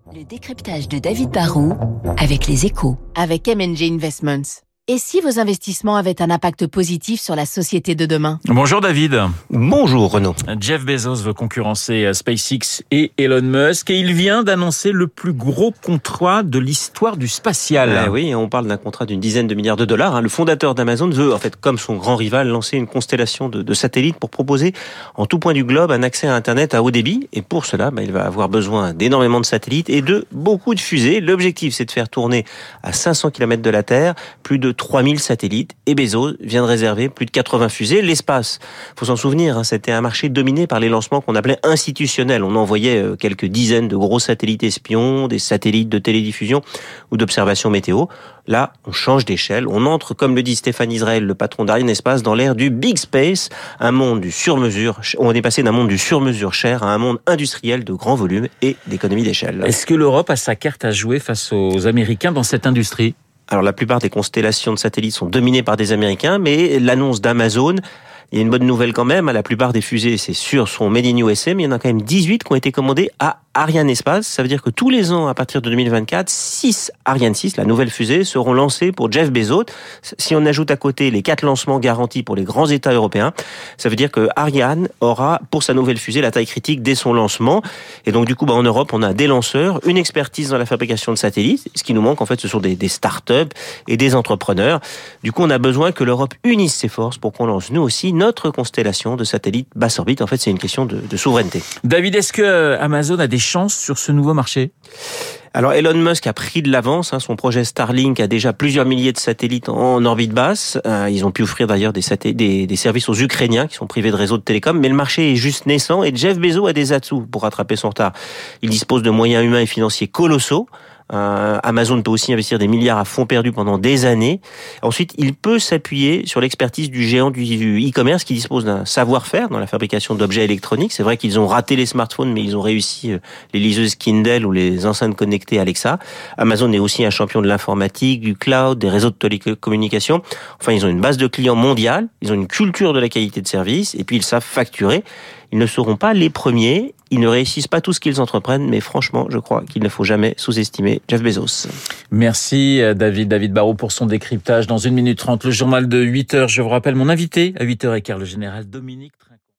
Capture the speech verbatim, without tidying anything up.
Le décryptage de David Barrault avec Les Échos. Avec M and G Investments. Et si vos investissements avaient un impact positif sur la société de demain ? Bonjour David. Bonjour Renaud. Jeff Bezos veut concurrencer SpaceX et Elon Musk et il vient d'annoncer le plus gros contrat de l'histoire du spatial. Eh oui, on parle d'un contrat d'une dizaine de milliards de dollars. Hein. Le fondateur d'Amazon veut, en fait, comme son grand rival, lancer une constellation de, de satellites pour proposer en tout point du globe un accès à Internet à haut débit. Et pour cela, bah, il va avoir besoin d'énormément de satellites et de beaucoup de fusées. L'objectif, c'est de faire tourner à cinq cents kilomètres de la Terre plus de trois mille satellites, et Bezos vient de réserver plus de quatre-vingts fusées. L'espace, faut s'en souvenir, hein, c'était un marché dominé par les lancements qu'on appelait institutionnels. On envoyait quelques dizaines de gros satellites espions, des satellites de télédiffusion ou d'observation météo. Là, on change d'échelle, on entre, comme le dit Stéphane Israël, le patron d'Arianespace, dans l'ère du big space, un monde du sur-mesure. On est passé d'un monde du sur-mesure cher à un monde industriel de grand volume et d'économie d'échelle. Est-ce que l'Europe a sa carte à jouer face aux Américains dans cette industrie ? Alors la plupart des constellations de satellites sont dominées par des Américains, mais l'annonce d'Amazon, il y a une bonne nouvelle quand même. La plupart des fusées, c'est sûr, sont made in U S A, mais il y en a quand même dix-huit qui ont été commandées à Arianespace. Ça veut dire que tous les ans, à partir de deux mille vingt-quatre, six Ariane six, la nouvelle fusée, seront lancées pour Jeff Bezos. Si on ajoute à côté les quatre lancements garantis pour les grands États européens, ça veut dire que Ariane aura, pour sa nouvelle fusée, la taille critique dès son lancement. Et donc, du coup, bah, en Europe, on a des lanceurs, une expertise dans la fabrication de satellites. Ce qui nous manque, en fait, ce sont des, des start-up et des entrepreneurs. Du coup, on a besoin que l'Europe unisse ses forces pour qu'on lance, nous aussi, notre constellation de satellites basse orbite. En fait, c'est une question de, de souveraineté. David, est-ce que Amazon a des chances sur ce nouveau marché ? Alors Elon Musk a pris de l'avance, hein, son projet Starlink a déjà plusieurs milliers de satellites en orbite basse. Euh, ils ont pu offrir d'ailleurs des, saté- des, des services aux Ukrainiens qui sont privés de réseaux de télécom, mais le marché est juste naissant et Jeff Bezos a des atouts pour rattraper son retard. Il dispose de moyens humains et financiers colossaux. Euh, Amazon peut aussi investir des milliards à fonds perdus pendant des années. Ensuite, il peut s'appuyer sur l'expertise du géant du e-commerce qui dispose d'un savoir-faire dans la fabrication d'objets électroniques. C'est vrai qu'ils ont raté les smartphones, mais ils ont réussi les liseuses Kindle ou les enceintes connectées Alexa. Amazon est aussi un champion de l'informatique, du cloud, des réseaux de télécommunications. Enfin, ils ont une base de clients mondiale, ils ont une culture de la qualité de service et puis ils savent facturer. Ils ne seront pas les premiers, ils ne réussissent pas tout ce qu'ils entreprennent, mais franchement, je crois qu'il ne faut jamais sous-estimer Jeff Bezos. Merci David, David Barrault pour son décryptage. Dans une minute trente, le journal de huit heures. Je vous rappelle mon invité à huit heures quinze, le général Dominique